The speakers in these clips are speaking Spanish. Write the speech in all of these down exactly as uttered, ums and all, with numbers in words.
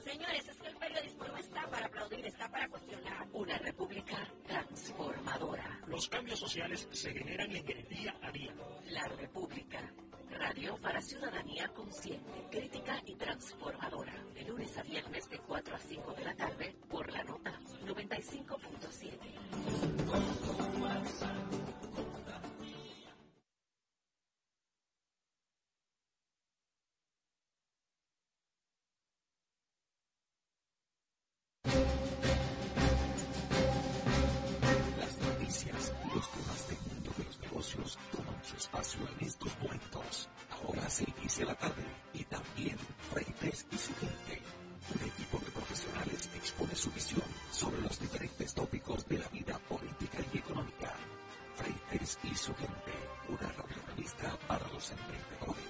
Señores, es que el periodismo no está para aplaudir, está para cuestionar. Una república transformadora. Los cambios sociales se generan en el día a día. La República. Radio para ciudadanía consciente, crítica y transformadora. De lunes a viernes de cuatro a cinco de la tarde por la nota noventa y cinco punto siete. Las noticias y los temas del mundo de los negocios toman su espacio en estos momentos. Ahora se inicia la tarde y también Freites y su gente. Un equipo de profesionales expone su visión sobre los diferentes tópicos de la vida política y económica. Freites y su gente, una radio revista para los emprendedores.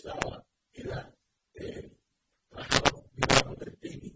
encabezaba era eh, Trajano Vidal Bertini.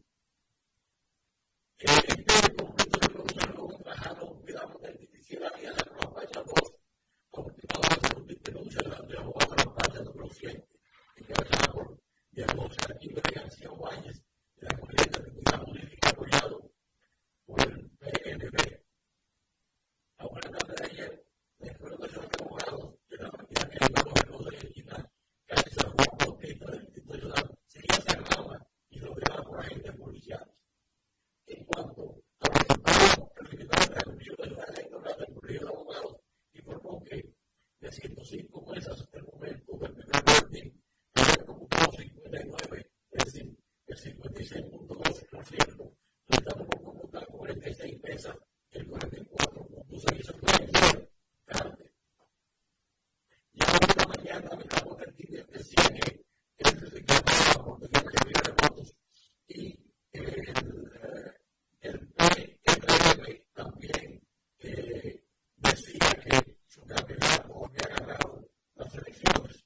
Este conflicto se produjo con Trajano Vidal Bertini, si la vía de la España dos, continuaba con el denuncia de la abogada de la España número siete, encabezada por Diego Sarquín de García Báñez, de la corriente de Unidad Política apoyado por el P N B. Ahora, la de ayer, después de ser abogados de la partida que iba a coger los de China, casi se armó por tinta del Instituto Nacional, seguía cerrada y rodeada por agentes policiales. En cuanto a los resultados preliminares de la Comisión Nacional Electoral del Colegio de Abogados, informó que de ciento cinco mesas hasta el momento del primer boletín, se habían computado cincuenta y nueve, es decir, el cincuenta y seis punto dos por ciento, resultando por computar cuarenta y seis mesas, el cuarenta y cuatro punto seis por ciento fue ayer tarde. Y ahora esta mañana la Boletín decía que el certificado aportaría mayoría de votos y el, el P R M también eh, decía que su candidato había ganado las elecciones.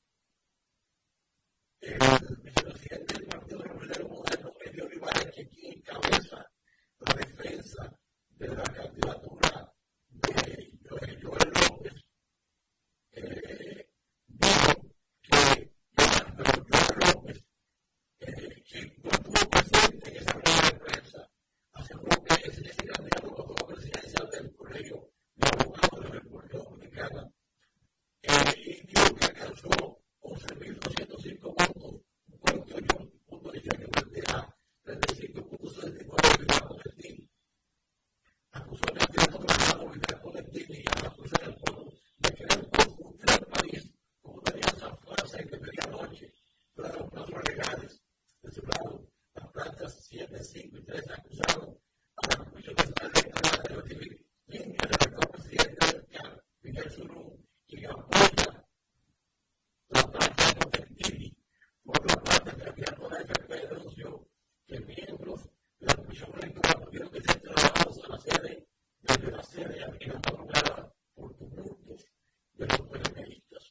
El vicepresidente del Partido Revolucionario Moderno, Eddie Olivares, que quien encabeza la defensa de la candidatura de Joel López, eh, dijo que Joel López, eh, que no estuvo presente en esa rueda de prensa, aseguró que ese, ese candidato a la presidencia del Colegio de Abogados de la República Dominicana, eh, y dijo que alcanzó once mil doscientos cinco votos, cuarenta y ocho punto dieciocho frente a treinta y cinco punto sesenta y nueve de la Boletín. Acusó al candidato Trajano Vidal Boletín y a la fuerza del pueblo de querer confundir al país con una alianza falsa y de medianoche para los plazos legales. De su lado, las planchas siete, cinco y tres acusaron a la Comisión Nacional Electoral de recibir líneas del actual presidente del C A R, Miguel Zulú, quien apoya la plancha de Boletín. Por otra parte, el candidato de la F P denunció que miembros de la Comisión Electoral tuvieron que ser trasladados a la sede, desde la sede en la madrugada por tumultos de los PNVistas.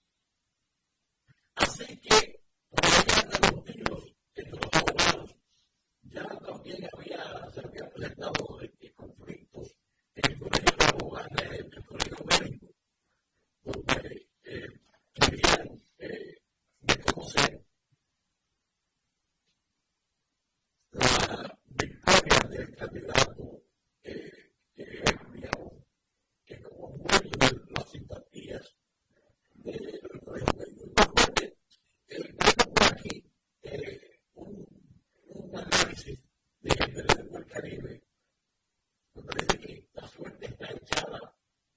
Así que, por allá de los tiros entre los abogados, ya también había, se había presentado de, de conflictos en el colegio de abogados, en el colegio médico, donde eh, querían eh, reconocer la victoria del candidato eh, eh, digamos, que como dueño de las simpatías del colegio médico. Y más fuerte, eh, tengo por aquí eh, un, un análisis de gente del Caribe. Me parece que la suerte está echada,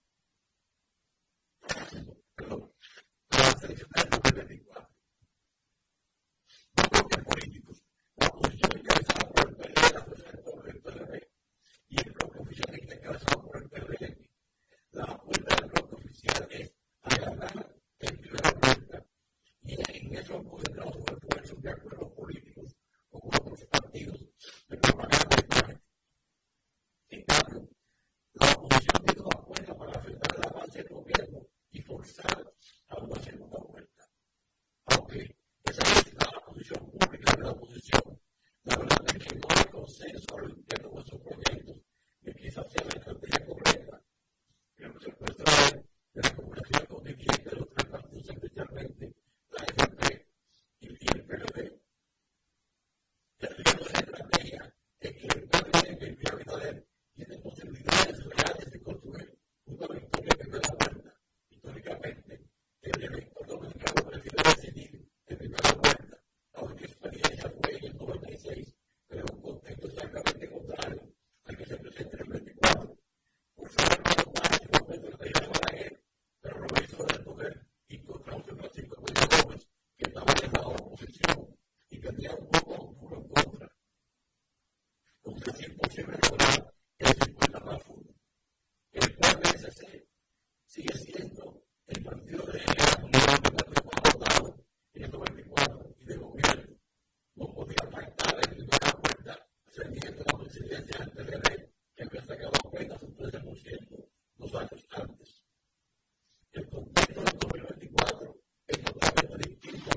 perdón, para las elecciones del dos mil veinticuatro. No bloques políticos. La oposición encabezada por el P L D, la fuerza del pueblo del P L D, y el bloque oficialista encabezado por el P L M. La apuesta del bloque oficial es a ganar en primera vuelta, y en eso han concentrado sus esfuerzos de acuerdos políticos con otros partidos de propaganda y imagen. En cambio, la oposición tiene una apuesta para afectar el avance del gobierno y forzar a una segunda vuelta. Aunque esa es la posición pública de la oposición, la verdad es que no hay consenso al interno de esos proyectos de que esa sea la estrategia correcta. El presupuesto de la comunicación constituyente de los tres partidos, especialmente la F P y el P L D. El riesgo de la estrategia es que el P L D y el P L D tienen posibilidades reales de construir una victoria en primera vuelta. Históricamente, el elector dominicano prefiere decidir en primera vuelta. La única experiencia fue en el noventa y seis, pero en un contexto exactamente contrario al que se presenta en el veinticuatro. Por favor, no más en el momento de ir a Balaguer, pero lo hizo del poder y contra José Francisco Peña Gómez, que estaba en la oposición y tenía un voto duro en contra. Entonces es imposible lograr el cincuenta más uno. El cual P S C sigue siendo el partido de la comunidad de que fue votado en el noventa y cuatro y de gobierno. No podía pactar en primera vuelta defendiendo la presidencia del P L D, que había sacado apenas un trece por ciento dos años antes. El contexto del dos mil veinticuatro es totalmente distinto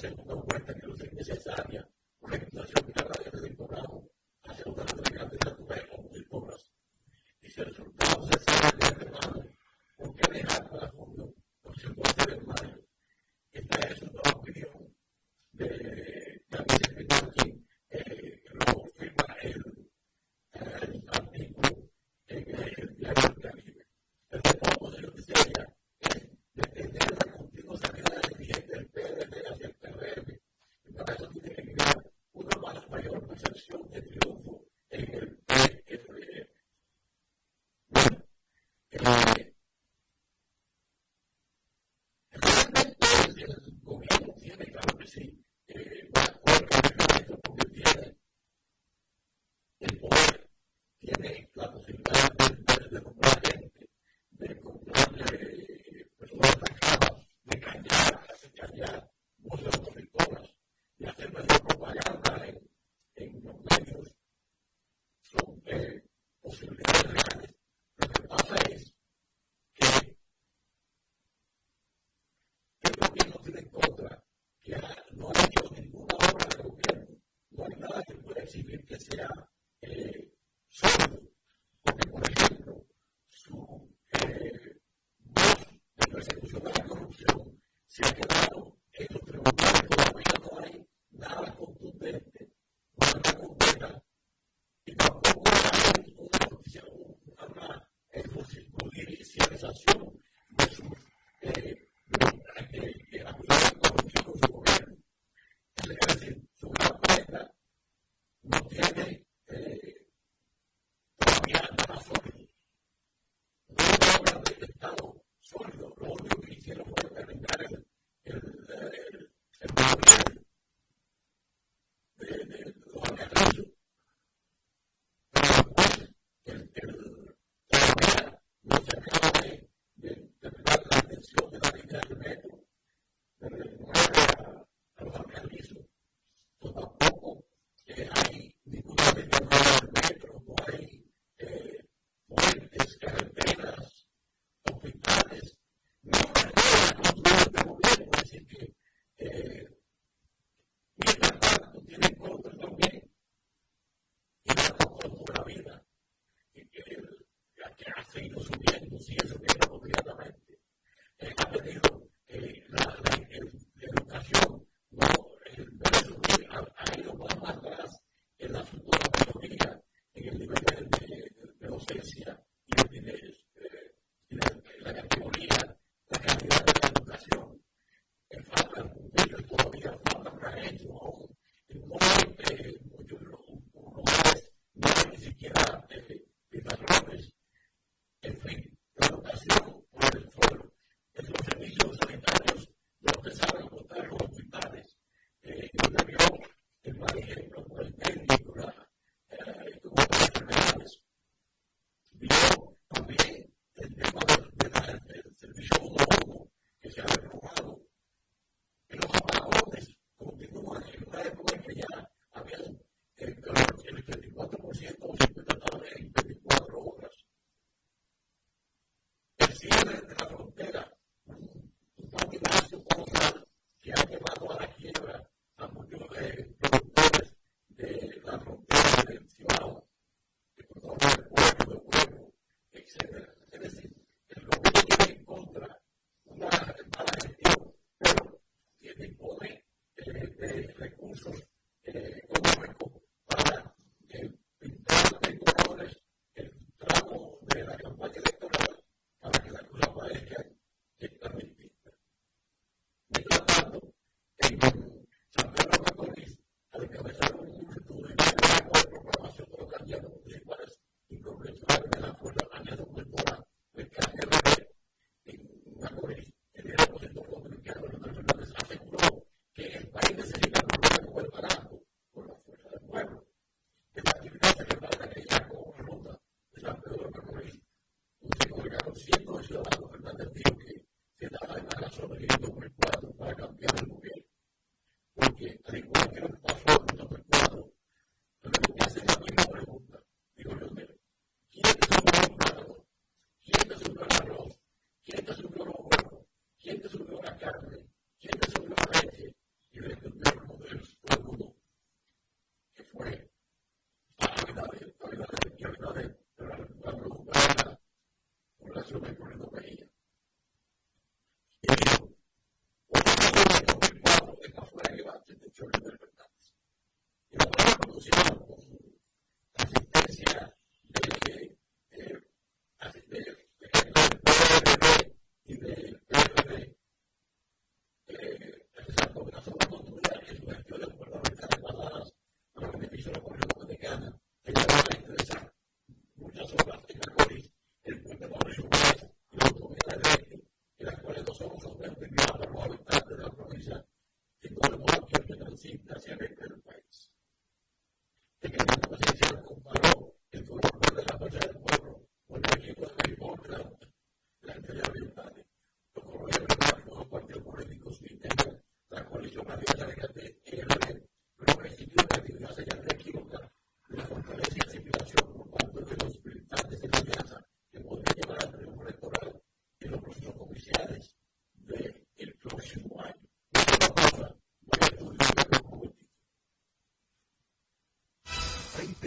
que el país necesita volver a coger barato por la fuerza de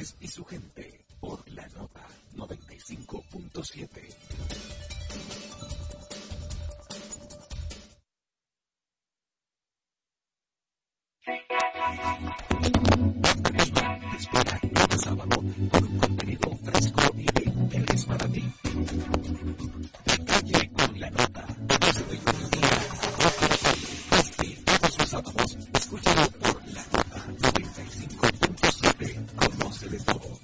Freites y su gente por la nota noventa y cinco punto siete. Espera cada sábado con un contenido fresco y de interés para ti. De calle con la nota, desde el mediodía a dos de la tarde. Este todos los sábados, escúchalo por la nota noventa y cinco punto siete. Conoce de todo.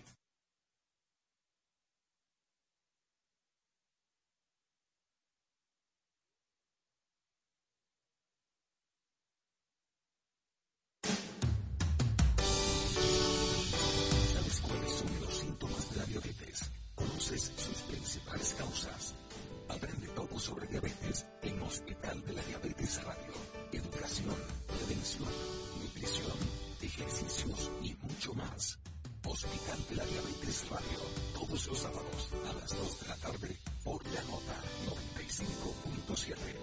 Sus principales causas. Aprende todo sobre diabetes en Hospital de la Diabetes Radio. Educación, prevención, nutrición, ejercicios y mucho más. Hospital de la Diabetes Radio. Todos los sábados a las dos de la tarde por la nota noventa y cinco punto siete.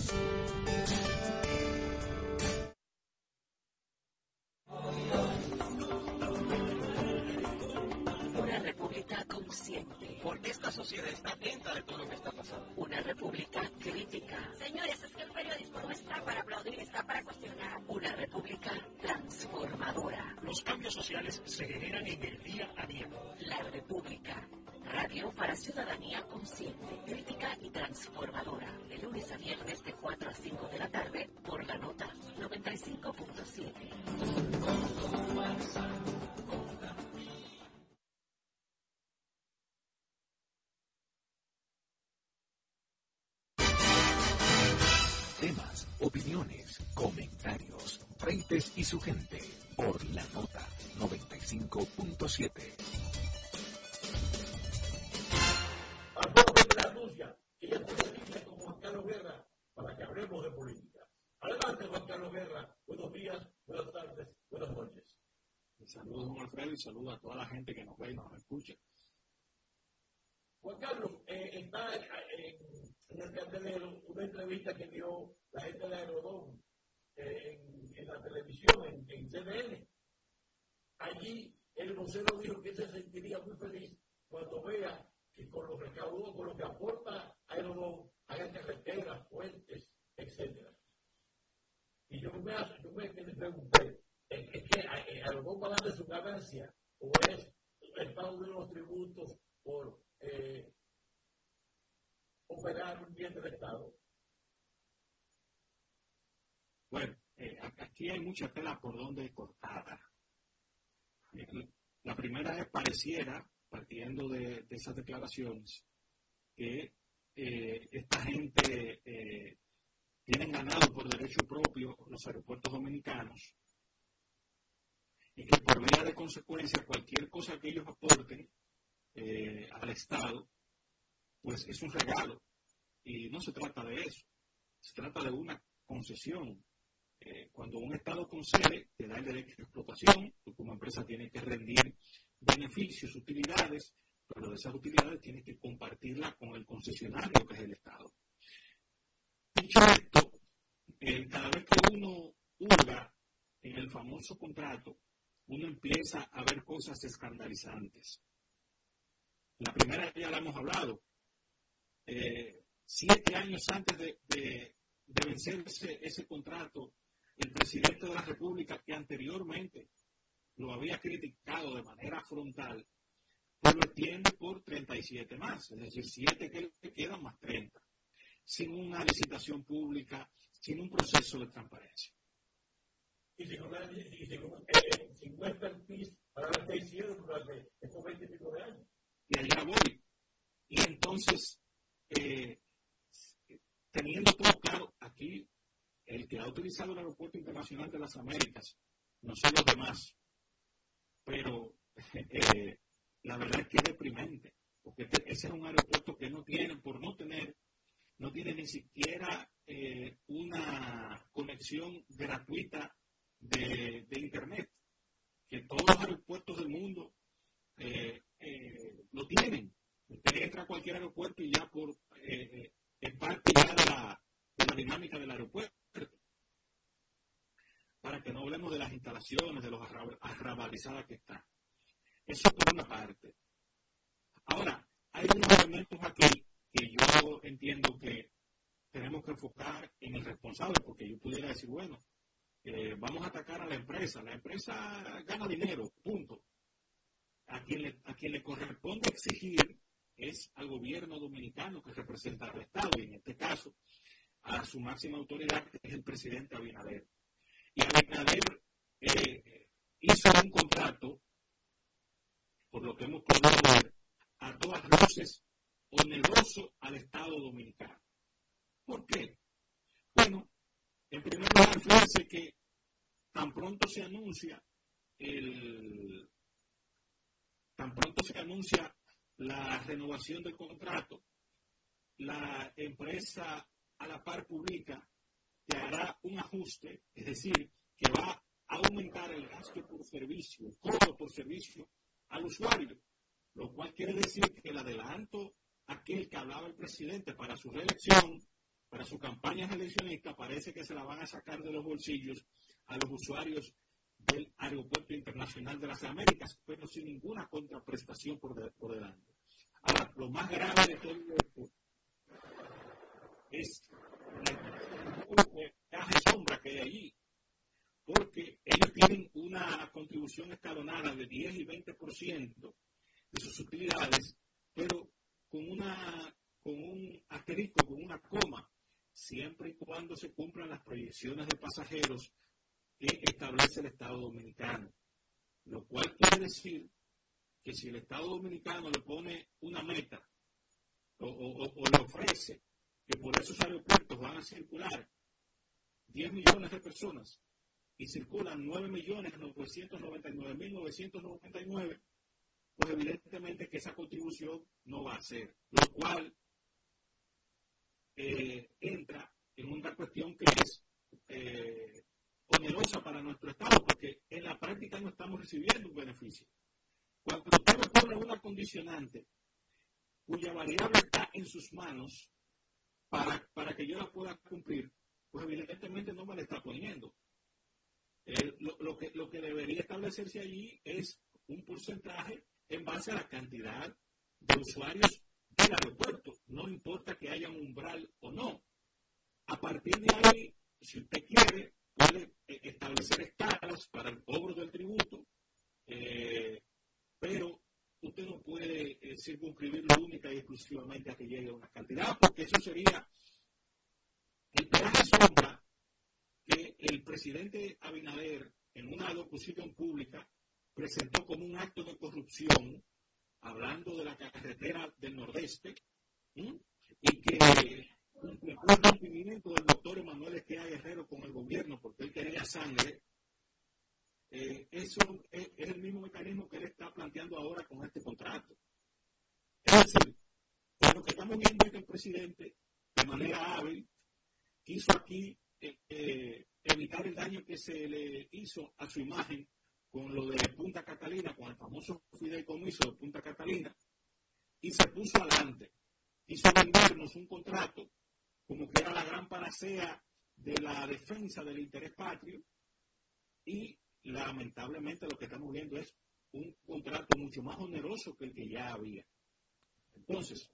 Consciente. Porque esta sociedad está atenta de todo lo que está pasando. Una república crítica. Señores, es que el periodismo no está para aplaudir, está para cuestionar. Una república transformadora. Los cambios sociales se generan en el día a día. La República. Radio para ciudadanía consciente, crítica y transformadora. De lunes a viernes de cuatro a cinco de la tarde por la nota noventa y cinco punto siete. Temas, opiniones, comentarios, Freites y su gente por la nota noventa y cinco punto siete. A poco de la Rusia, que ya tiene línea con Juan Carlos Guerra para que hablemos de política. Adelante, Juan Carlos Guerra. Buenos días, buenas tardes, buenas noches. Saludos, don Alfredo, y saludos a toda la gente que nos ve y nos escucha. Juan Carlos, eh, está en, en el candelero una entrevista que dio la gente de Aerodón eh, en, en la televisión, en, en C N N. Allí el vocero dijo que se sentiría muy feliz cuando vea que con los recaudos, con lo que aporta Aerodón, hagan carreteras, puentes, etcétera. Y yo me, yo me, me pregunté, ¿es, es que Aerodón va a darle su ganancia o es el pago de los tributos por Eh, operar un bien del Estado? Bueno, eh, aquí hay mucha tela por donde cortada. La primera es, pareciera, partiendo de, de esas declaraciones, que eh, esta gente eh, tienen ganado por derecho propio los aeropuertos dominicanos y que por vía de consecuencia cualquier cosa que ellos aporten Eh, al Estado, pues es un regalo. Y no se trata de eso. Se trata de una concesión. Eh, cuando un Estado concede, te da el derecho de explotación, tú como empresa tienes que rendir beneficios, utilidades, pero de esas utilidades tienes que compartirlas con el concesionario, que es el Estado. Dicho esto, eh, cada vez que uno hurga en el famoso contrato, uno empieza a ver cosas escandalizantes. La primera ya la hemos hablado. Eh, siete años antes de, de, de vencer ese, ese contrato, el presidente de la República, que anteriormente lo había criticado de manera frontal, pues lo extiende por treinta y siete más, es decir, siete que le quedan más treinta, sin una licitación pública, sin un proceso de transparencia. Y sin una eh, sin un expertise para lo que hicieron durante estos veinte y pico de años. Y allá voy. Y entonces, eh, teniendo todo claro, aquí el que ha utilizado el Aeropuerto Internacional de las Américas, no son los demás, pero eh, la verdad es que es deprimente, porque este, ese es un aeropuerto que no tiene, por no tener, no tiene ni siquiera eh, una conexión gratuita de, de Internet, que todos los aeropuertos del mundo eh, eh, lo tienen. Usted entra a cualquier aeropuerto y ya por eh, es parte ya de la, de la dinámica del aeropuerto. Para que no hablemos de las instalaciones, de los arrabalizadas que están. Eso por una parte. Ahora, hay unos elementos aquí que yo entiendo que tenemos que enfocar en el responsable, porque yo pudiera decir, bueno, eh, vamos a atacar a la empresa. La empresa gana dinero, punto. A quien le, a quien le corresponde exigir es al gobierno dominicano que representa al Estado, y en este caso a su máxima autoridad, que es el presidente Abinader. Y Abinader eh, hizo un contrato, por lo que hemos podido ver, a todas luces oneroso al Estado dominicano. ¿Por qué? Bueno, en primer lugar, fíjense que tan pronto se anuncia el tan pronto se anuncia la renovación del contrato, la empresa a la par publica que hará un ajuste, es decir, que va a aumentar el gasto por servicio, el cobro por servicio al usuario, lo cual quiere decir que el adelanto aquel que hablaba el presidente para su reelección, para su campaña reeleccionista, parece que se la van a sacar de los bolsillos a los usuarios del Aeropuerto Internacional de las Américas, pero sin ninguna contraprestación por, de, por delante. Ahora, lo más grave de todo esto es la caja de sombra que hay allí, porque ellos tienen una contribución escalonada de diez y veinte por ciento de sus utilidades, pero con, una, con un asterisco, con una coma, siempre y cuando se cumplan las proyecciones de pasajeros que establece el Estado Dominicano. Lo cual quiere decir que si el Estado Dominicano le pone una meta o, o, o le ofrece que por esos aeropuertos van a circular diez millones de personas y circulan nueve millones novecientos noventa y nueve mil novecientos noventa y nueve, pues evidentemente que esa contribución no va a ser, lo cual eh, entra en una cuestión que es eh, onerosa para nuestro Estado, porque en la práctica no estamos recibiendo un beneficio. Cuando usted me pone una condicionante cuya variable está en sus manos para, para que yo la pueda cumplir, pues evidentemente no me la está poniendo. Eh, lo, lo, que, lo que debería establecerse allí es un porcentaje en base a la cantidad de usuarios del aeropuerto. No importa que haya un umbral o no. A partir de ahí, si usted quiere, puede eh, establecer escalas para el cobro del tributo, eh, pero usted no puede eh, circunscribirlo única y exclusivamente a que llegue a una cantidad, porque eso sería el peaje sombra que el presidente Abinader, en una locución pública, presentó como un acto de corrupción, hablando de la carretera del Nordeste, ¿sí? Y que después del rompimiento del doctor Emanuel Esquea Guerrero con el gobierno, porque él quería sangre, eh, eso es, es el mismo mecanismo que él está planteando ahora con este contrato. Es decir, que lo que estamos viendo es que el presidente, de manera hábil, quiso aquí eh, eh, evitar el daño que se le hizo a su imagen con lo de Punta Catalina, con el famoso fideicomiso de Punta Catalina, y se puso adelante. Quiso vendernos un contrato como que era la gran panacea de la defensa del interés patrio, y lamentablemente lo que estamos viendo es un contrato mucho más oneroso que el que ya había. Entonces,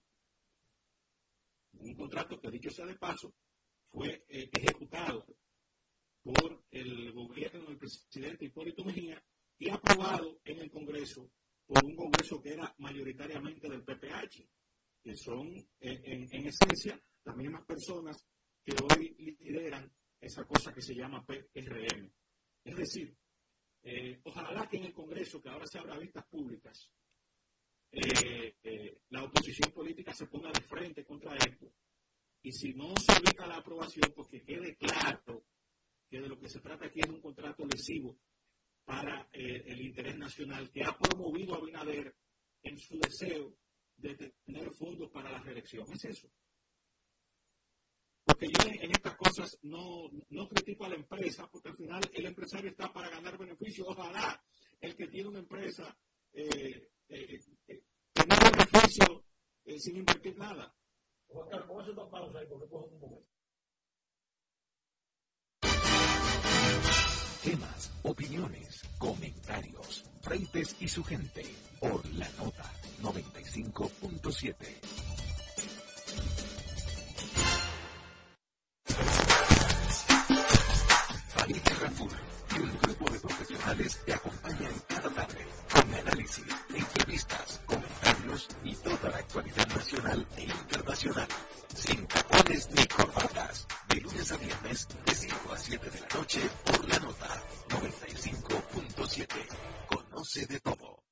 un contrato que, dicho sea de paso, fue eh, ejecutado por el gobierno del presidente Hipólito Mejía y aprobado en el Congreso por un Congreso que era mayoritariamente del P P H, que son en, en, en esencia las mismas personas que hoy lideran esa cosa que se llama P R M. Es decir, eh, ojalá que en el Congreso, que ahora se abra vistas públicas, eh, eh, la oposición política se ponga de frente contra esto, y si no se evita la aprobación, pues que quede claro que de lo que se trata aquí es un contrato lesivo para eh, el interés nacional que ha promovido a Abinader en su deseo de tener fondos para la reelección. Es eso. Porque yo en estas cosas no, no critico a la empresa, porque al final el empresario está para ganar beneficios. Ojalá el que tiene una empresa eh, eh, eh, tener beneficio eh, sin invertir nada. Oscar, ¿cómo hace una pausa ahí? Porque cojo un momento. Temas, opiniones, comentarios, Freites y su gente. La Nota noventa y cinco punto siete. Familia Raful y un grupo de profesionales te acompañan cada tarde con análisis, entrevistas, comentarios y toda la actualidad nacional e internacional. Sin tapones ni corbatas. De lunes a viernes, de cinco a siete de la noche, por La Nota noventa y cinco punto siete. Conoce de todo.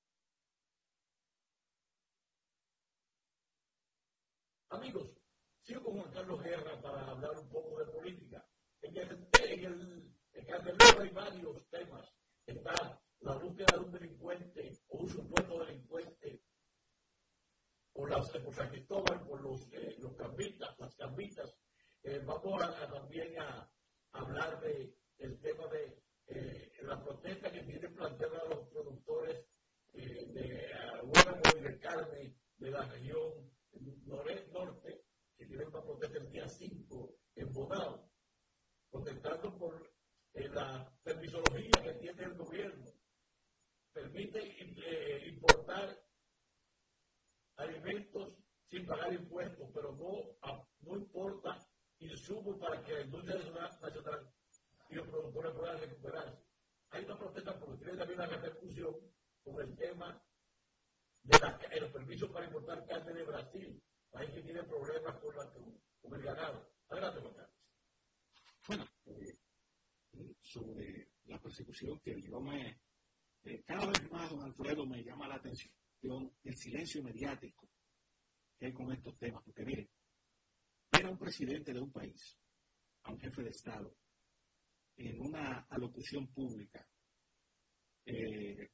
Amigos, sigo con Juan Carlos Guerra para hablar un poco de política. En el, en el, en Candelero hay varios temas. Está la búsqueda de un delincuente o un supuesto delincuente por, las, por San Cristóbal, por los, eh, los cambitas, las cambitas. Eh, vamos a, a, también a, a hablar de el tema de eh, la protesta que tienen planteada los productores eh, de Huéramo y de carne de la región norte, que tienen una protesta el día cinco en Bonao, protestando por eh, la permisología que tiene el gobierno. Permite eh, importar alimentos sin pagar impuestos, pero no, a, no importa insumos para que la industria nacional y los productores puedan recuperarse. Hay una protesta porque tiene también una repercusión con el tema de la, de los permisos para importar carne de Brasil. Hay que tiene problemas con, la, con el ganado. Adelante, Juan Carlos. Bueno, eh, sobre la persecución que yo me... Eh, cada vez más, don Alfredo, me llama la atención el silencio mediático que hay con estos temas. Porque, mire, era un presidente de un país, a un jefe de Estado, en una alocución pública, eh,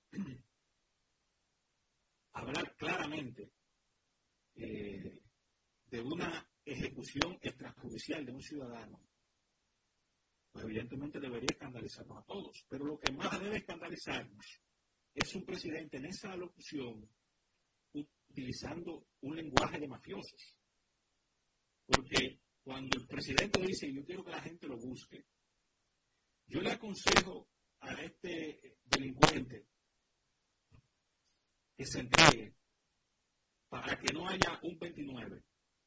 hablar claramente eh, de una ejecución extrajudicial de un ciudadano, pues evidentemente debería escandalizarnos a todos. Pero lo que más debe escandalizarnos es un presidente en esa alocución utilizando un lenguaje de mafiosos. Porque cuando el presidente dice, yo quiero que la gente lo busque, yo le aconsejo a este delincuente que se entregue para que no haya un veintinueve.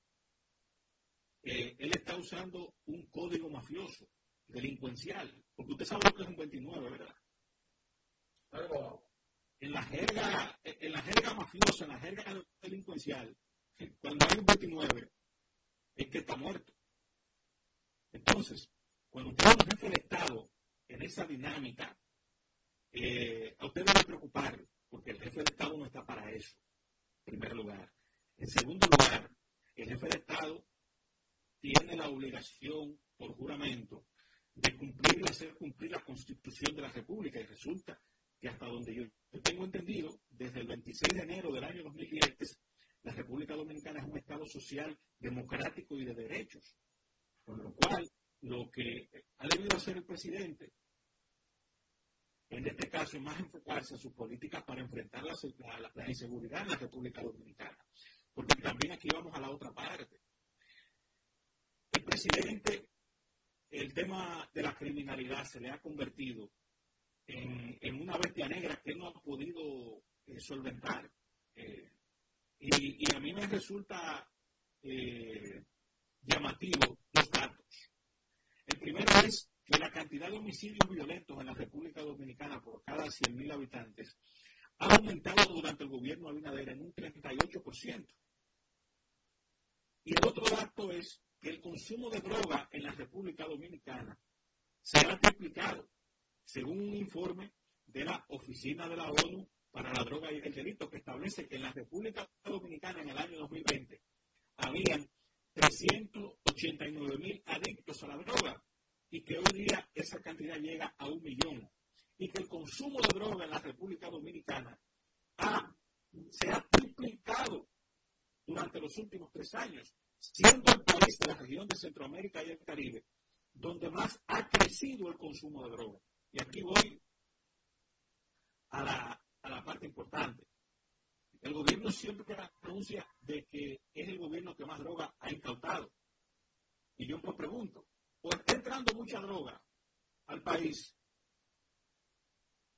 Eh, él está usando un código mafioso, delincuencial, porque usted sabe lo que es un veintinueve, ¿verdad? Pero en la jerga, en la jerga mafiosa, en la jerga delincuencial, cuando hay un veintinueve, es que está muerto. Entonces, cuando usted es un jefe de Estado en esa dinámica, eh, a usted debe preocupar, porque el jefe de Estado no está para eso, en primer lugar. En segundo lugar, el jefe de Estado tiene la obligación, por juramento, de cumplir y hacer cumplir la Constitución de la República. Y resulta que hasta donde yo tengo entendido, desde el veintiséis de enero del año dos mil diez, la República Dominicana es un Estado social, democrático y de derechos. Con lo cual, lo que ha debido hacer el presidente, en este caso, es más enfocarse en sus políticas para enfrentar la, la, la inseguridad en la República Dominicana. Porque también aquí vamos a la otra parte. El presidente, el tema de la criminalidad se le ha convertido en, en una bestia negra que él no ha podido eh, solventar. Eh, y, y a mí me resulta eh, llamativo los datos. El primero es que la cantidad de homicidios violentos en la República Dominicana por cada cien mil habitantes ha aumentado durante el gobierno de Abinader en un treinta y ocho por ciento. Y el otro dato es que el consumo de droga en la República Dominicana se ha triplicado, según un informe de la Oficina de la ONU para la Droga y el Delito, que establece que en la República Dominicana en el año dos mil veinte habían trescientos ochenta y nueve mil adictos a la droga y que hoy día esa cantidad llega a un millón. Y que el consumo de droga en la República Dominicana ha, se ha triplicado durante los últimos tres años, siendo el país de la región de Centroamérica y el Caribe donde más ha crecido el consumo de droga. Y aquí voy a la, a la parte importante. El gobierno siempre anuncia de que es el gobierno que más droga ha incautado. Y yo me pregunto, ¿o está entrando mucha droga al país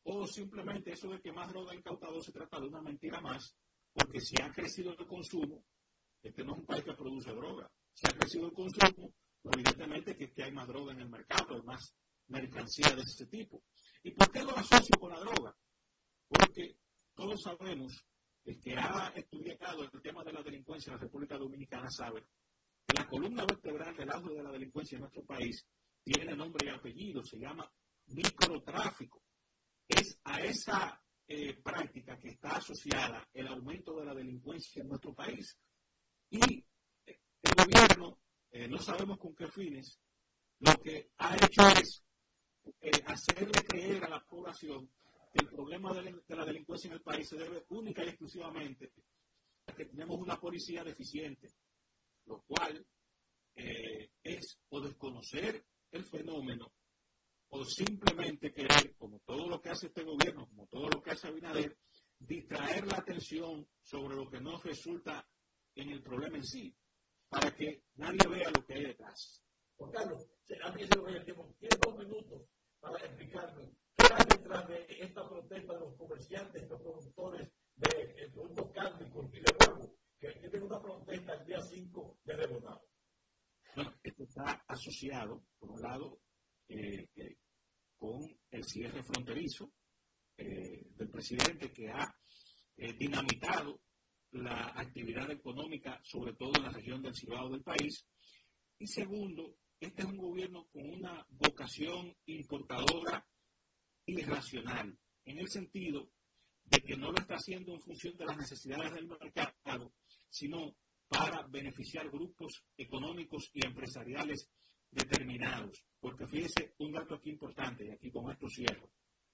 o simplemente eso de que más droga ha incautado se trata de una mentira más, porque si ha crecido el consumo, este no es un país que produce droga, si ha crecido el consumo, evidentemente que, que hay más droga en el mercado, hay más mercancía de ese tipo. ¿Y por qué lo asocio con la droga? Porque todos sabemos, el que ha estudiado el tema de la delincuencia en la República Dominicana sabe que la columna vertebral del auge de la delincuencia en nuestro país tiene nombre y apellido, se llama microtráfico. Es a esa eh, práctica que está asociada el aumento de la delincuencia en nuestro país. Y eh, el gobierno, eh, no sabemos con qué fines, lo que ha hecho es eh, hacerle creer a la población que el problema de la, de la delincuencia en el país se debe única y exclusivamente a que tenemos una policía deficiente, lo cual eh, es o desconocer el fenómeno o simplemente querer, como todo lo que hace este gobierno, como todo lo que hace Abinader, distraer la atención sobre lo que no resulta en el problema en sí, para que nadie vea lo que hay detrás. Juan Carlos, a mí se me voy el tiempo. Tienes dos minutos para explicarme qué hay detrás de esta protesta de los comerciantes, los productores de, de productos cárnicos y de huevo, que tienen una protesta el día cinco de Rebonado. Bueno, esto está asociado, por un lado, eh, eh, con el cierre fronterizo eh, del presidente que ha eh, dinamitado la actividad económica, sobre todo en la región del Cibao del país. Y segundo, este es un gobierno con una vocación importadora irracional, en el sentido de que no lo está haciendo en función de las necesidades del mercado, sino para beneficiar grupos económicos y empresariales determinados. Porque fíjese un dato aquí importante, y aquí con esto cierro.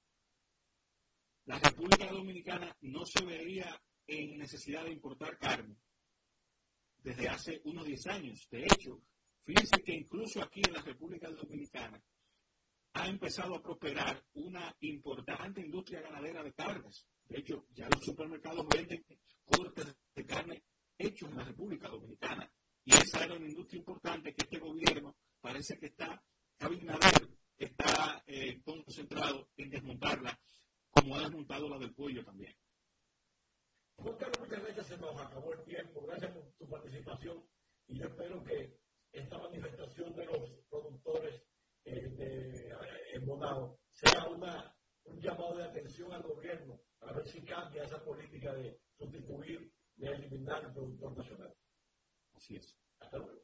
La República Dominicana no se veía en necesidad de importar carne desde hace unos diez años. De hecho, fíjense que incluso aquí en la República Dominicana ha empezado a prosperar una importante industria ganadera de carnes. De hecho, ya los supermercados venden cortes de carne hechos en la República Dominicana. Y esa era una industria importante que este gobierno parece que está, Abinader está eh, concentrado en desmontarla, como ha desmontado la del pollo también. Juan Carlos, muchas gracias, se nos acabó el tiempo. Gracias por tu participación y yo espero que esta manifestación de los productores eh, de, eh, en Bonao sea una, un llamado de atención al gobierno para ver si cambia esa política de sustituir, de eliminar el productor nacional. Así es. Hasta luego.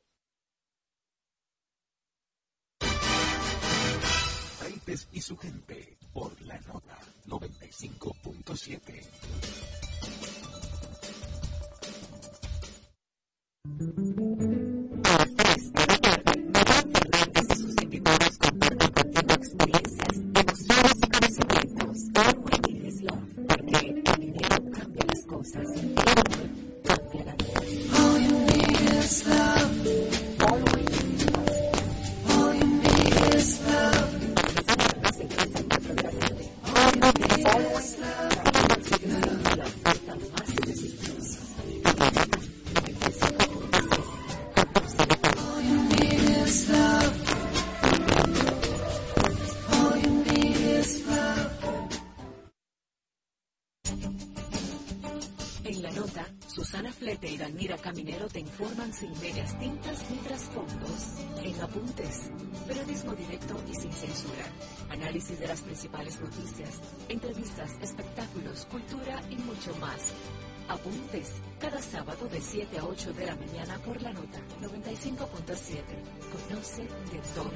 Freites y su gente por la nota noventa y cinco punto siete. A las tres de la tarde, Miguel Fernández y sus invitados comparten contigo experiencias, emociones y conocimientos. All we need is love, porque el dinero cambia las cosas, el amor cambia la vida. All you need is love. All we need is love. All you need is love. Las empresas en cuatro de la tarde. All you need is love. La oferta más irresistible. En la nota, Susana Flete y Danira Caminero te informan sin medias tintas ni trasfondos. En Apuntes, periodismo directo y sin censura. Análisis de las principales noticias, entrevistas, espectáculos, cultura y mucho más. Apuntes, cada sábado de siete a ocho de la mañana por la nota noventa y cinco punto siete. Conoce de todo.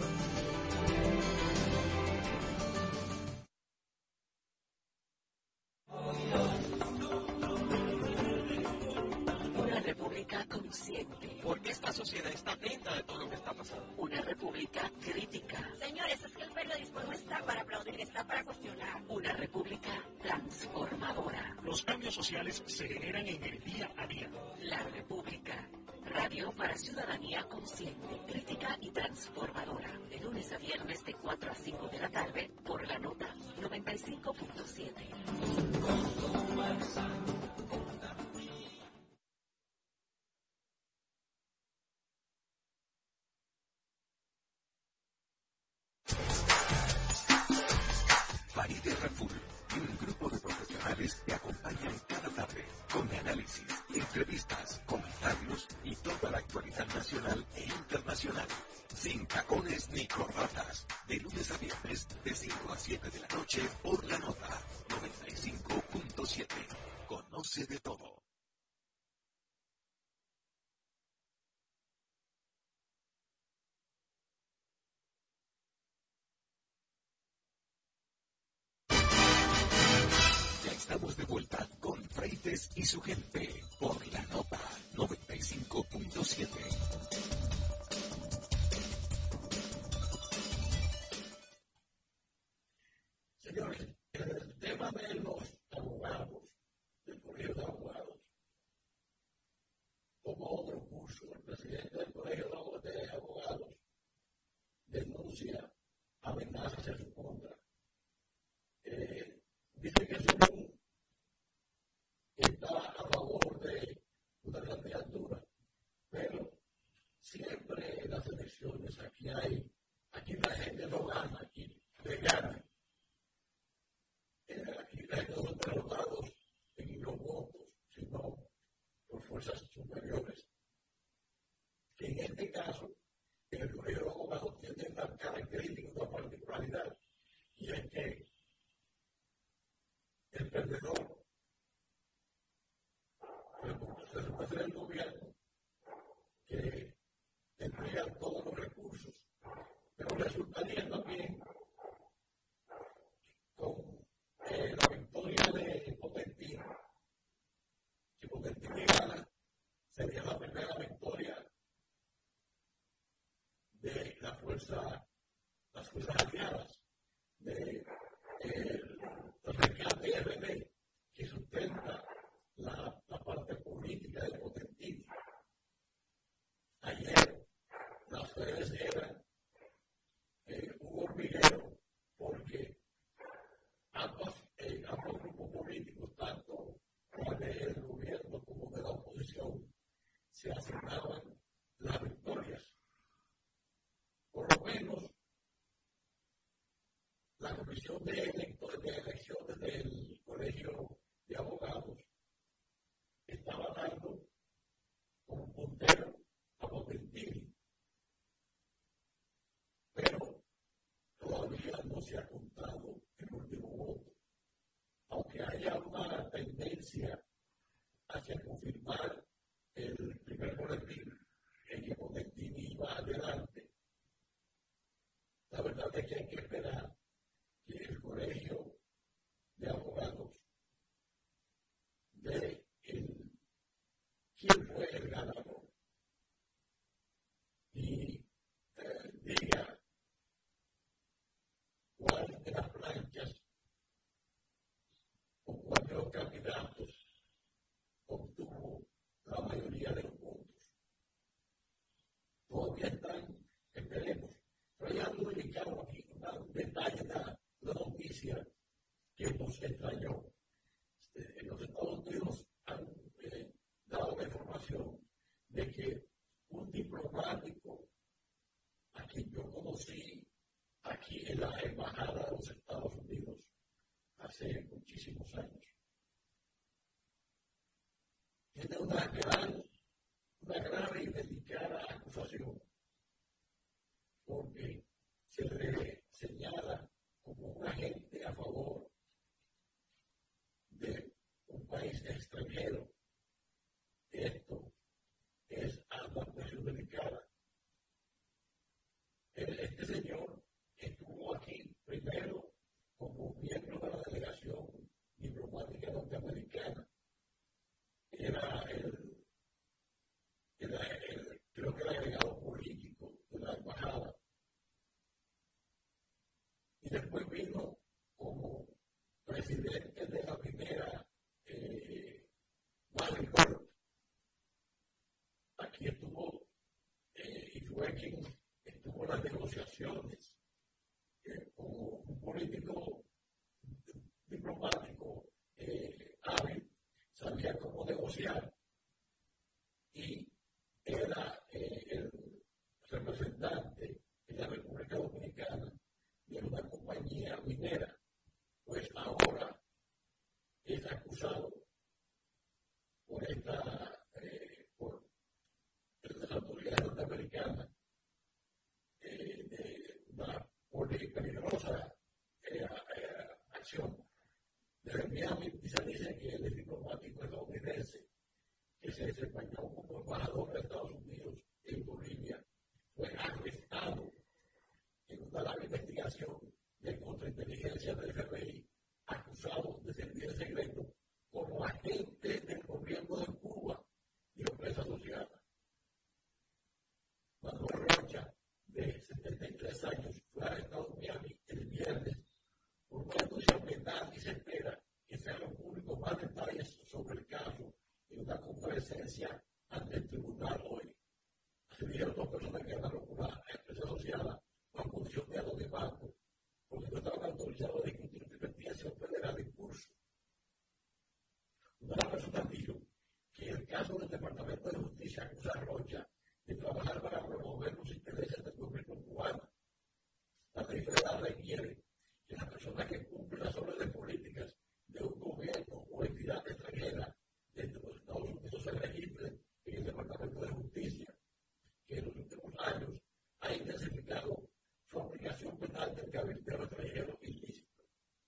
Una república consciente. Porque esta sociedad está atenta de todo lo que está pasando. Una república crítica. Señores, es que el periodismo no está para aplaudir, está para cuestionar. Una república transformadora. Los cambios sociales se generan en el día a día. La República. Radio para ciudadanía consciente, crítica y transformadora. De lunes a viernes de cuatro a cinco de la tarde por la nota noventa y cinco punto siete. Farideh Raful enterándose de todo. Ya estamos de vuelta con Freites y su gente por la nota noventa y cinco punto siete. Señores, el tema de los abogados, del colegio de abogados, como otro curso, el presidente del colegio de abogados denuncia amenazas en su contra. Eh, dice que según está a favor de una candidatura, pero siempre en las elecciones aquí hay, aquí la gente no gana, aquí le gana. Aquí la gente no son derrotados en los votos, sino por fuerzas superiores. Que en este caso, en el colegio de abogados tiene una característica, una particularidad, y es que el perdedor resulta ser el gobierno que emplea todos los recursos, pero resultaría también con eh, la victoria de Potentini. Si Potentini gana, sería la primera victoria de la fuerza, las fuerzas aliadas, de eh, rescate R D, que sustenta la, la parte política de Potentini. Ayer las redes eran eh, un hormiguero porque ambos, eh, ambos grupos políticos, tanto del gobierno como de la oposición, se asignaban las victorias. Por lo menos la comisión de, electores, de elecciones del colegio de abogados estaba dando como puntero a Potentini, pero todavía no se ha contado el último voto. Aunque haya una tendencia hacia confirmar el primer boletín en que Potentini va adelante, la verdad es que hay que esperar que el colegio de abogados de el, quién fue el ganador y eh, diga cuál de las planchas o cuál de los candidatos obtuvo la mayoría de los votos. Todavía están, esperemos. Pero hay algo delicado aquí, un detalle, una, una noticia que nos extrañó. En los Estados Unidos han eh, dado la información de que un diplomático a quien yo conocí aquí en la embajada de los Estados Unidos hace muchísimos años, tiene una gran, una grave y delicada acusación porque se le señala como un agente a favor de un país extranjero. Esto es una cuestión delicada. Este señor estuvo aquí primero como miembro de la delegación diplomática norteamericana. Era el, era el, creo que era el agregado político de la embajada. Y después vino como presidente de la primera eh, Maricor. Aquí estuvo eh, y fue quien estuvo en las negociaciones eh, como un político diplomático eh, hábil, sabía cómo negociar y era eh, el representante en la República Dominicana de una compañía minera. Pues ahora es acusado por esta eh, por las autoridades norteamericanas eh, de una peligrosa eh, eh, acción. Desde Miami se dice que el diplomático estadounidense que se desempeñó como embajador de Estados Unidos en Bolivia fue arrestado en una larga investigación de contrainteligencia del F B I, acusado de servir en secreto como agente del gobierno de Cuba y empresa asociada. Manuel Rocha, de setenta y tres años, fue arrestado en Miami el viernes por una denuncia penal y se espera que se hagan públicos más detalles sobre el caso en una comparecencia ante el tribunal hoy. Así dijeron dos personas que hablaron con la empresa asociada bajo condición de anonimato, porque no estaban autorizados a discutir una investigación federal en curso. Una de las personas dijo que el caso del Departamento de Justicia acusa a Rocha de trabajar para promover los intereses del gobierno cubano. La ley federal requiere que las personas que cumplen las órdenes políticas de un gobierno o entidad extranjera dentro de los Estados Unidos se registren en el Departamento de Justicia, que en los últimos años ha intensificado su aplicación penal del cabildeo extranjero ilícito.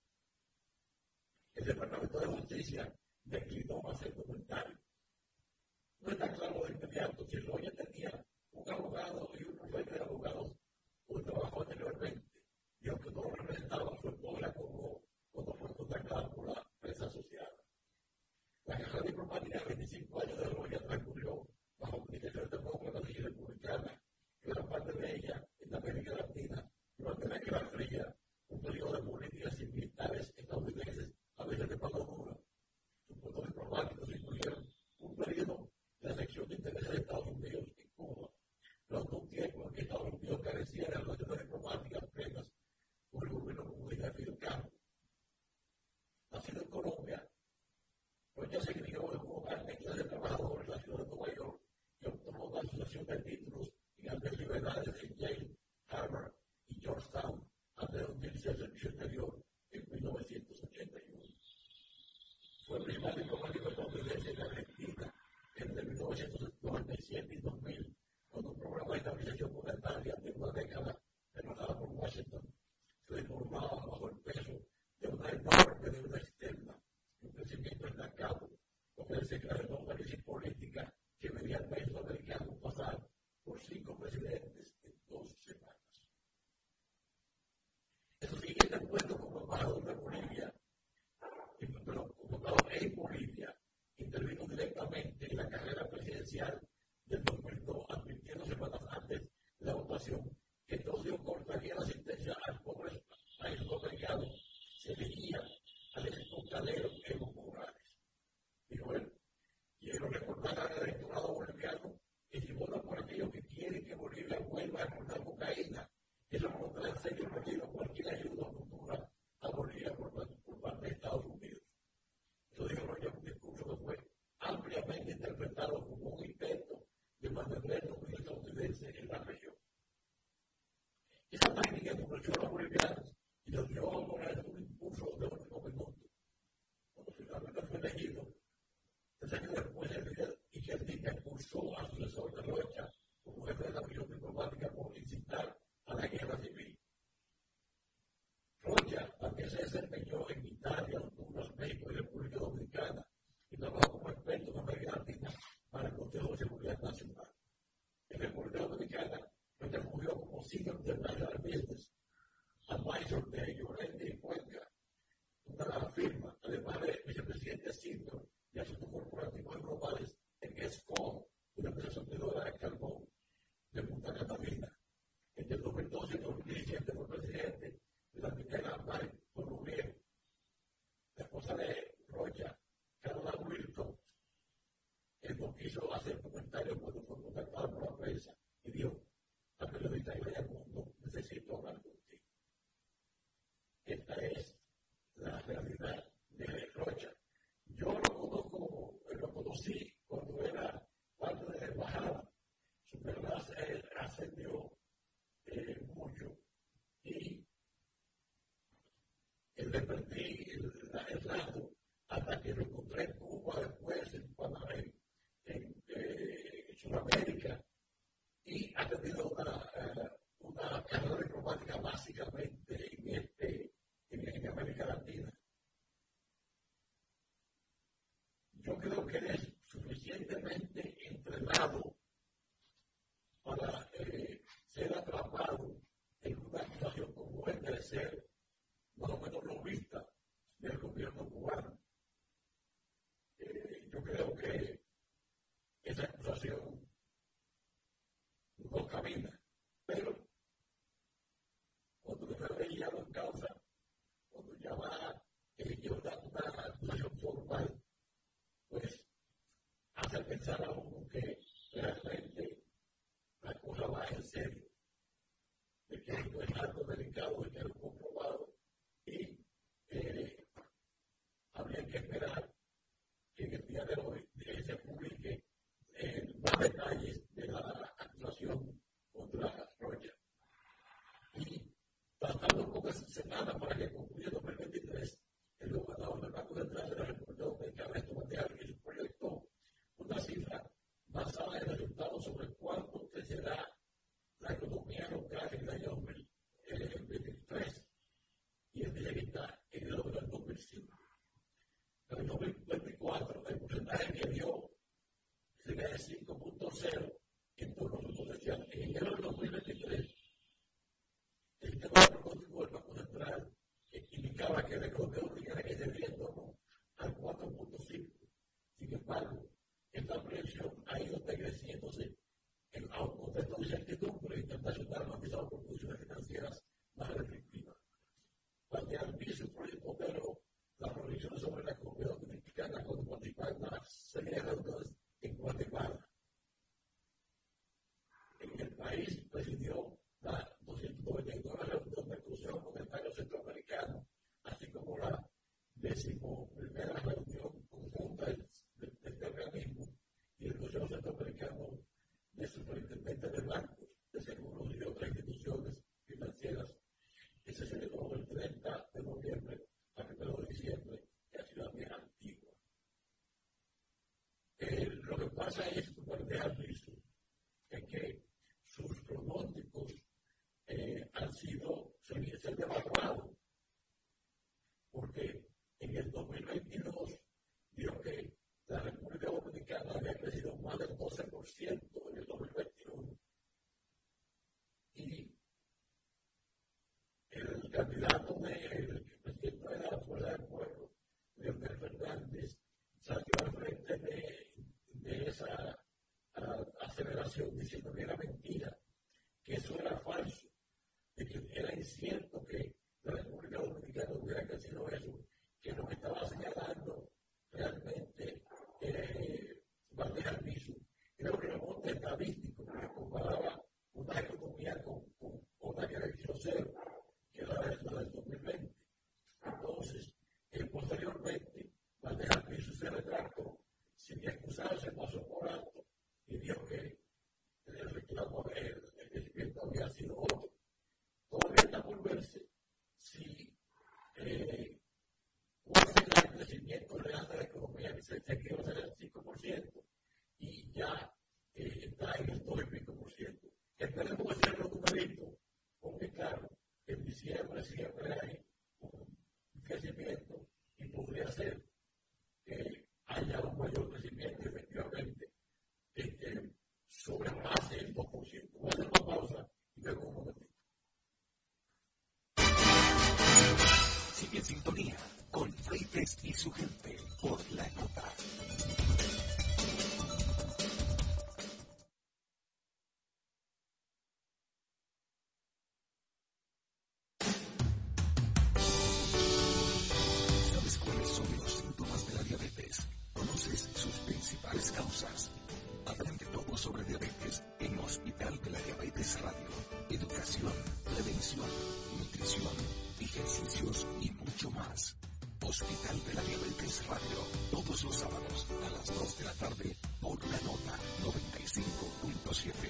El Departamento de Justicia declinó hacer comentario. No está claro de inmediato si Rocha tenía un abogado y un bufete de abogados donde trabajó anteriormente, y aunque no lo representaba, su esposa como cuando fue contactada por la prensa asociada. La carrera diplomática de veinticinco años de Rocha transcurrió bajo administración demócrata y republicana, y gran parte de ella en América Latina durante la Guerra Fría, un periodo de políticas y militares estadounidenses a veces de mano dura. Sus puestos diplomáticos incluyeron un periodo de la sección de intereses de Estados Unidos en Cuba, durante un tiempo en que Estados Unidos carecía de relaciones diplomáticas plenas con el gobierno comunista de Fidel Castro. Nacido en Colombia, Rocha se crió en un hogar de clase trabajadora en la ciudad de Nueva York y obtuvo una asociación de títulos en altas liberales en Yale, Harvard y Georgetown antes de unirse al servicio exterior en mil novecientos ochenta y uno. Fue el primer diplomático estadounidense en Argentina entre mil novecientos noventa y siete y dos mil, cuando un programa de estabilización monetaria de una década realizada por Washington se deformaba bajo el peso de una enorme deuda externa y un crecimiento estancado, lo que desencadenó una crisis política que veía al país americano pasar por cinco presidentes en dos semanas. En su siguiente encuentro como embajador de Bolivia, pero como embajador en Bolivia, intervino directamente en la carrera presidencial del dos mil dos, advirtiendo semanas antes de la votación que Tokio cortaría la asistencia al pobre país sudamericano se elegía al exportadero Evo Morales. Dijo él, quiero recordar al electorado boliviano que si votan por aquellos que quieren que Bolivia vuelva a exportar cocaína, eso pondrá en serio peligro cualquier ayuda futura a Bolivia por, por parte de Estados Unidos. Eso dijo Rocha en un discurso que fue ampliamente interpretado como un intento de mantener la comunidad estadounidense en la región. Esa táctica enfureció a los bolivianos y los dio a Morales un impulso de último minuto. Cuando finalmente fue elegido, tres años después, el líder izquierdista expulsó a su sucesor de Rocha como jefe de la misión diplomática por incitar a la guerra civil. Rocha también se desempeñó en Italia, Honduras, México y República Dominicana y trabajó como experto en América Latina para el Consejo de Seguridad Nacional. En República Dominicana, Rocha fungió como Senior International Business Advisor de Llorente y Cuenca, una firma, además de vicepresidente senior de asuntos corporativos globales en ESCO, una empresa surtidora de carbón de Punta Catalina. Entre el dos mil doce y dos mil diecisiete fue presidente de la minera Mari Columbier. La esposa de Rocha, Carola Wilton, él no quiso hacer comentarios cuando fue contactada por la prensa y dijo, la periodista Gloria Mundo, necesito hablar contigo. Esta es la realidad de Rocha. Yo lo conozco, lo conocí cuando era parte de la embajada. Su verdad ascendió eh, mucho y le perdí el, el rato hasta que lo encontré en Cuba, después en Panamá, en, en, eh, en Sudamérica, suficientemente entrenado para eh, ser atrapado en una situación como esta de ser más o menos lobista del gobierno cubano. Eh, yo creo que esa acusación no camina, pero cuando se ve ya en causa, cuando ya va eh, una, una acusación formal, pues hace pensar a uno que realmente la cosa va en serio, de que esto es algo delicado, de que es comprobado, y eh, habría que esperar que en el día de hoy se publique eh, más detalles de la acusación contra Rocha. Y faltando pocas semanas para que concluya el dos mil veintitrés, el gobernador del Banco Central de la República Dominicana, Ernesto Bandejar, que proyectó una cifra basada en resultados sobre cuánto crecerá la economía local en el año dos mil veintitrés, y él dice que está en el orden del dos mil cinco. En el dos mil veinticuatro, el porcentaje que dio sería de cinco punto cero en todos los usos sociales. En enero del dos mil veintitrés, el tema del pronóstico del Banco Central indicaba que la economía dominicana que se dio en torno al cuatro punto cinco. Sin embargo, esta proyección ha ido decreciéndose en un contexto de incertidumbre internacional matizado por condiciones financieras más restrictivas. Bandejar hizo un proyecto, pero las proyecciones sobre la economía dominicana cuando participa en una serie de reuniones en Guatemala. En el país presidió la doscientos noventa y nueve reunión del Consejo Monetario Centroamericano, así como la decimoprimera reunión conjunta de este organismo y el Consejo Centroamericano de Superintendentes de Bancos, de Seguros y de otras instituciones financieras, que se celebró del treinta de noviembre a primero de diciembre en la ciudad de Antigua. Eh, lo que pasa es que Bandejar dice es que sus pronósticos eh, han sido, se han devaluado, porque en el dos mil veintidós dijo que la República Dominicana había crecido más del doce por ciento en el dos mil veintiuno. Y el candidato del presidente de la Fuerza del Pueblo, Leonel Fernández, salió al frente de, de esa a, aceleración diciendo que era mentira, que eso era falso, de que era incierto que la República Dominicana hubiera crecido eso, que lo que estaba señalando realmente eh, Bandejar Bisu era un remonte estadístico que comparaba una economía con, con otra que registró cero, que era la del dos mil veinte. Entonces, eh, posteriormente, Bandejar Bisu se retractó sin excusarse, pasó por alto y dijo que el reclamo, el, el crecimiento había sido otro. Todavía está por verse si eh, cuál será el crecimiento real de la economía, que se dice que va a ser el cinco por ciento y ya eh, está en el dos y pico por ciento. Esperemos que sea un numerito, porque claro, en diciembre siempre hay un crecimiento y podría ser que haya un mayor crecimiento efectivamente este, sobrepase el dos por ciento. Voy a hacer una pausa y luego un momentito. Sigue en sintonía con Freites y su gente por La Nota. ¿Sabes cuáles son los síntomas de la diabetes? ¿Conoces sus principales causas? Aprende todo sobre diabetes en Hospital de la Diabetes Radio. Educación, prevención, nutrición, ejercicios y mucho más. Hospital de la Diabetes Radio, todos los sábados a las dos de la tarde por La Nota noventa y cinco punto siete.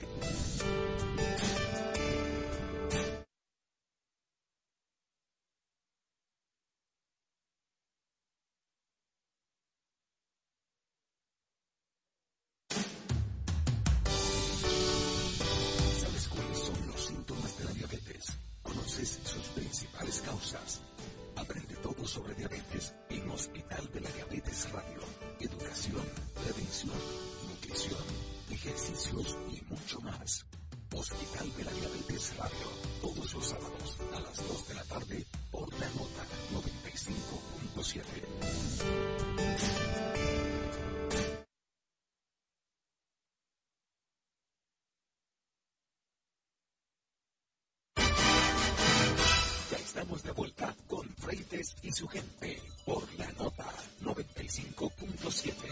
¿Sabes cuáles son los síntomas de la diabetes? ¿Conoces sus principales causas? Aprende todo sobre diabetes en Hospital de la Diabetes Radio. Educación, prevención, Estamos de vuelta con Freites y su gente por la nota noventa y cinco punto siete.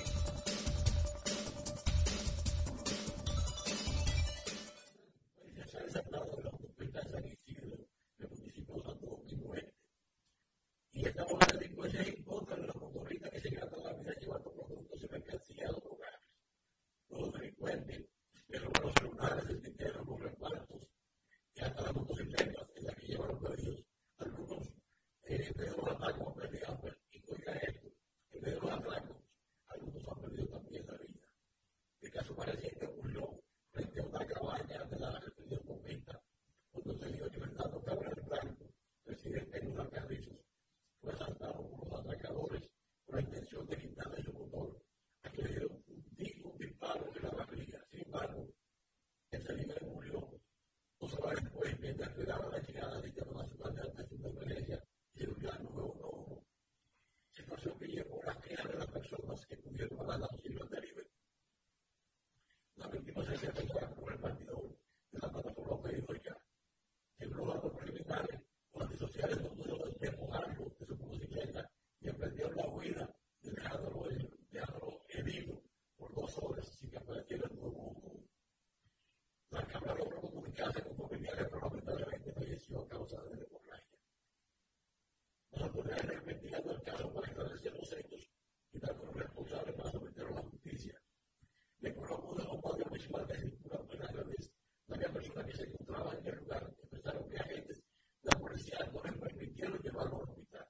Se ha desarrollado de la autopista de San Isidro, del municipio de Santo Domingo Este. Y esta ola de delincuencia es en contra de los motoristas que se gastan la vida llevando productos y mercancías a los hogares. Los delincuentes que roban los celulares, el dinero, los repartos y hasta las motocicletas en las que llevan los pedidos. Algunos eh, de los atracos han perdido, y oiga esto, en vez de los atracos, algunos han perdido también la vida. El caso más reciente ocurrió frente a una cabaña de la región Comenta, donde el señor Libertado Cabral Blanco, presidente de los Alcarrizos, fue asaltado por los atracadores con la intención de quitarle su motor, a que le dieron un, un disparo en la barriga. Sin embargo, el señor murió dos horas después, mientras esperaba la llegada del sistema nacional de atención de emergencia y el nuevo ojo. Situación que llevó a la queja de las personas que pudieron pagar la auxilio anterior. La víctima se encontraba por el partidor de la plataforma periódica, que en los datos preliminares, los antisociales no pudieron despojarlo de su motocicleta y emprendieron la huida, dejándolo, dejándolo herido por dos horas sin que apareciera el nuevo ojo. La Cámara logró comunicarse con familiares, pero lamentablemente falleció a causa de la hemorragia. Las autoridades investigando el caso para establecer los hechos y dar con los responsables para someterlo a la justicia. De acuerdo con el audio municipal que circula por las redes, varias personas que se encontraban en el lugar expresaron que agentes de la policía no les permitieron llevarlo al hospital.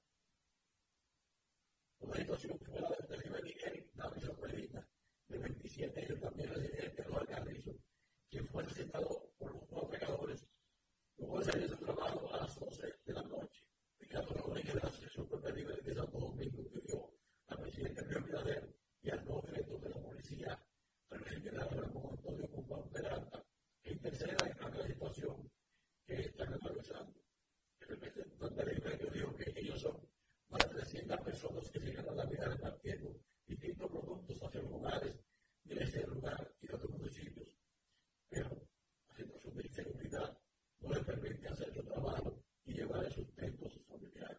Una situación fue la del delivery Eric Davison Medina, de veintisiete años, también residente de los Alcarrizos, quien fue asesinado por los dos pegadores luego de salir de su trabajo a las doce de la noche. Ricardo Rodríguez de la Asociación por Delivery de Santo Domingo pidió al presidente Río Abinader y al nuevo director de la policía, al general Ramón Antonio Guzmán Peralta, que interceda en la situación que están atravesando. El representante del gremio dijo que ellos son más de trescientas personas que se ganan la vida repartiendo distintos productos hacia los hogares de ese lugar y de otros municipios. Pero la situación de inseguridad no les permite hacer su trabajo y llevar el sustento a sus familiares.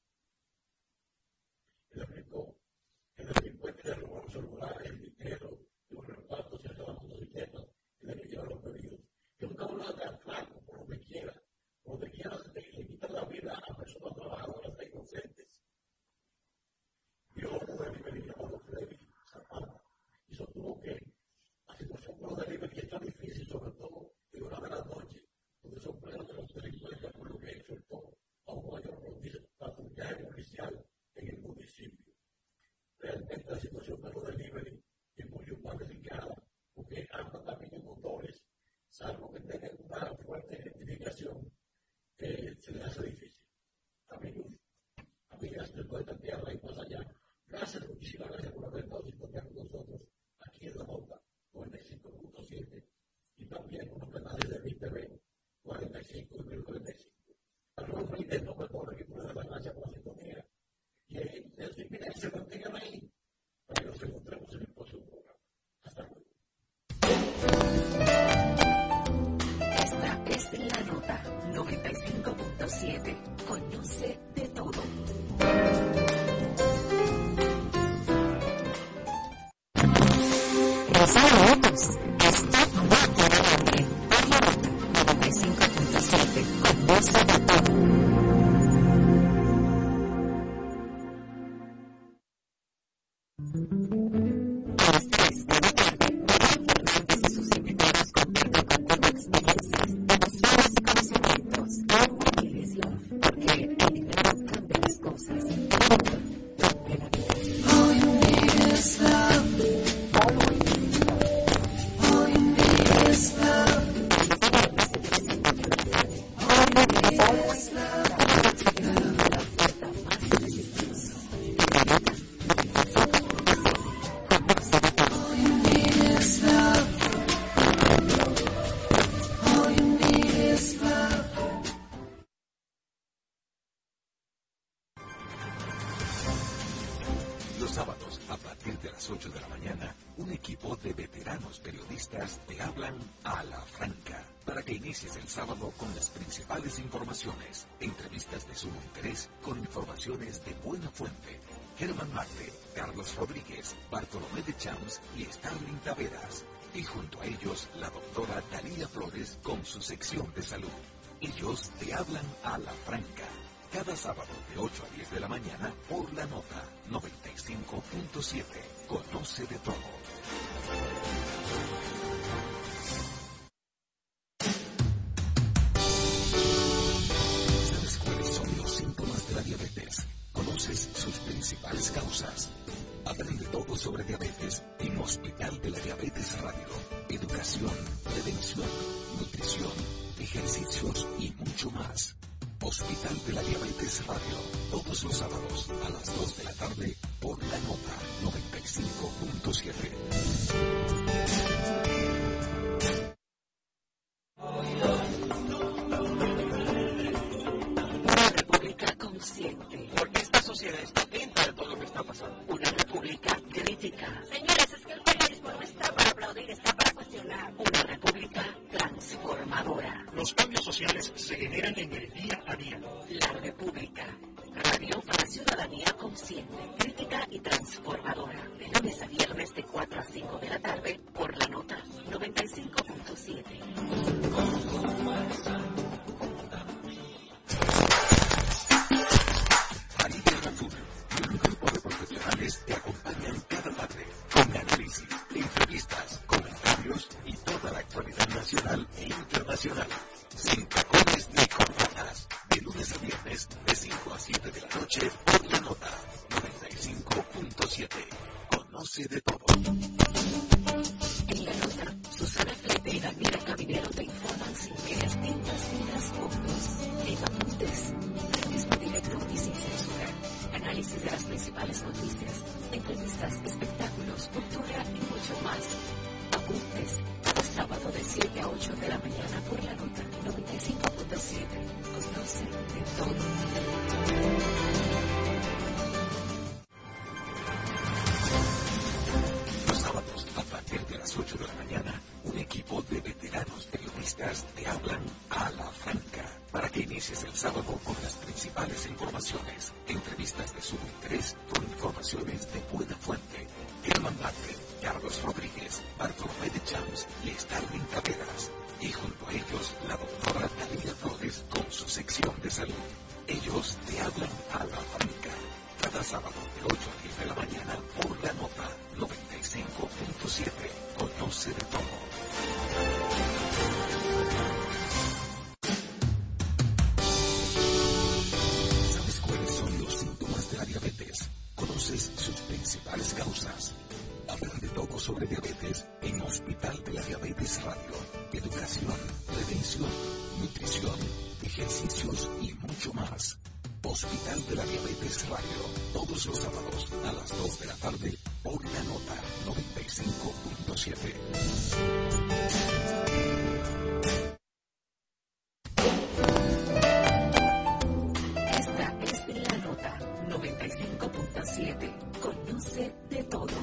Él explicó que los delincuentes le roban los celulares, el dinero, los repartos y hasta las motocicletas que le llevan los pedidos. Que nunca uno haga atraco por lo que quiera, por lo que quiera, le quitan la vida a personas trabajadoras e inocentes. Yo no delivery llamado Freddy Zapata y sostuvo que la situación con los delivery es tan difícil, sobre todo en una de la noche, donde son plenos de los delincuentes, por lo que exhortó a un mayor patrullaje policial en el municipio. Realmente la situación de los delivery es mucho más delicada, porque andan también en motores, salvo que tengan una fuerte identificación, que se les hace difícil. Amigos, amigas del planeta Tierra y más allá, gracias, muchísimas gracias por haber estado sintonizando con nosotros aquí en la nota noventa y cinco punto siete y también con los canales de V T V cuarenta y cinco y cuarenta y cinco. A los frentes no me pone que pueda dar las gracias por la sintonía y el fin se mantengan ahí para que nos encontremos en el próximo programa. Hasta luego. Esta es la nota noventa y cinco punto siete. Conoce de todo. Saludos. Esto va a quedar aire por la nota noventa y cinco punto siete. Conoce de todo. A las tres de la tarde, Miguel Fernández y sus invitados comparten contigo experiencias, emociones y conocimientos. Always is love, porque el dinero cambia las cosas. El amor cambia la vida. All you need is love. Always is love. All you need is love. All you need is love. La puerta más resistente. Los sábados, a partir de las ocho de la mañana, un equipo de veteranos periodistas te hablan a la franca para que inicies el sábado con las principales informaciones, entrevistas de sumo interés con informaciones de buena fuente. Germán Marte, Carlos Rodríguez, Bartolomé de Champs y Starling Taveras. Y junto a ellos, la doctora Talía Flores con su sección de salud. Ellos te hablan a la franca. Cada sábado de ocho a diez de la mañana por La Nota noventa y cinco punto siete. Conoce de todo. ¿Sabes cuáles son los síntomas de la diabetes? ¿Conoces sus principales causas? Aprende todo sobre diabetes en Hospital de la Diabetes Radio. Educación, prevención, nutrición, ejercicios y mucho más. Hospital de la Diabetes Radio, todos los sábados a las dos de la tarde por La Nota noventa y cinco punto siete. Una república consciente. Porque esta sociedad está atenta de todo lo que está pasando. Una república crítica. Señores, es que el periodismo no está para aplaudir, está para cuestionar. Una república transformadora. Los cambios sociales se generan en el día a día. La República. Radio para ciudadanía consciente, crítica y transformadora. De lunes a viernes de cuatro a cinco de la tarde por La Nota noventa y cinco punto siete. Maribel Raful y un grupo de profesionales te acompañan cada tarde con análisis, entrevistas, comentarios y toda la actualidad nacional e internacional. Sin tacones ni corbatas. De lunes a viernes, de cinco a siete de la noche, por La Nota noventa y cinco punto siete. Conoce de todo. En La Nota, Susana Flete y Daniela Caminero te informan sin medias tintas ni trasfondos. En apuntes, periodismo directo y sin censura. Análisis de las principales noticias, entrevistas, espectáculos, cultura y mucho más. Apuntes, cada sábado de siete a ocho de la mañana por La Nota noventa y cinco punto siete. Conoce de todo. Los sábados, a partir de las ocho de la mañana, un equipo de veteranos periodistas te hablan a la franca para que inicies el sábado con las principales informaciones, entrevistas de sumo interés con informaciones de buena fuente. Germán Marte, Carlos Rodríguez, Bartolomé de Champs y Starling Taveras. Y junto a ellos, la doctora Talía Flores con su sección de salud. Ellos te hablan a la franca. Cada sábado de ocho a diez de la mañana por La Nota noventa y cinco punto siete. Conoce de todo. ¿Sabes cuáles son los síntomas de la diabetes? ¿Conoces sus principales causas? Aprende todo sobre diabetes en Hospital de la Diabetes Radio. Educación, prevención, nutrición, ejercicios y mucho más. Hospital de la Diabetes Radio, todos los sábados a las dos de la tarde por La Nota noventa y cinco punto siete. Esta es La Nota noventa y cinco punto siete. Conoce de todo.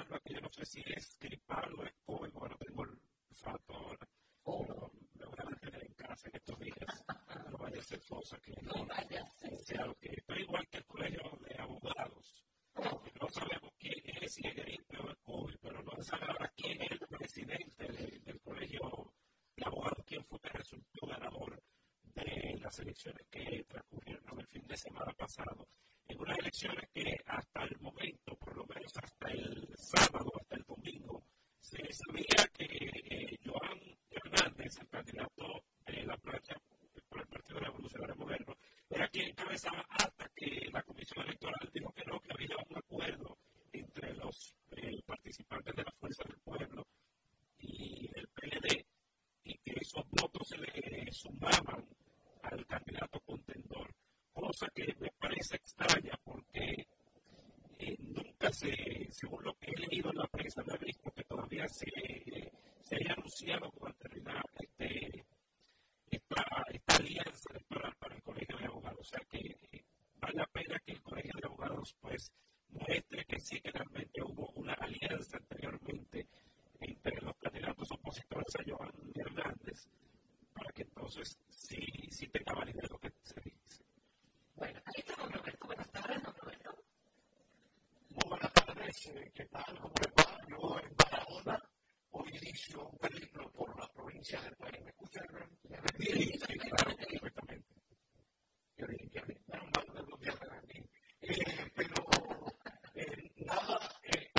algo que yo no sé si es gripal o es COVID, bueno, tengo el olfato ahora, pero me voy a mantener en casa en estos días, no vaya a ser cosa que no vaya a ser lo que estoy igual que el colegio de abogados, no sabemos quién es, si es gripe o es COVID, pero no sabe ahora quién es el presidente del, del colegio de abogados, quién fue el resultado ganador de las elecciones que transcurrieron el fin de semana pasado, en unas elecciones que hasta el momento, por lo menos hasta el sábado, hasta el domingo, se sabía que eh, Joan Hernández, el candidato de la plancha por el Partido Revolucionario Moderno, era quien encabezaba hasta que la Comisión Electoral dijo que no, que había un acuerdo entre los eh, participantes de la Fuerza del Pueblo y el P L D, y que esos votos se le sumaban al candidato contendor, cosa que me parece extraña porque eh, nunca se, según lo que he leído en la prensa, no he visto que todavía se, eh, se haya anunciado con anterioridad este, esta, esta alianza electoral para el Colegio de Abogados. O sea que eh, vale la pena que el Colegio de Abogados pues muestre que sí que realmente hubo una alianza anteriormente entre los candidatos opositores a Joan Hernández, para que entonces sí, sí tenga validez lo que se dice. Bueno, ahí está don Roberto. Buenas tardes, don Roberto. Muy buenas tardes. ¿Qué tal? ¿Cómo le va? Yo en Barahona hoy inicio un periplo por la provincia de Puebla. ¿Me escuchan? Sí, sí, claro, perfectamente. Yo dije que me dan mal de los días de aquí. Pero eh, nada, eh,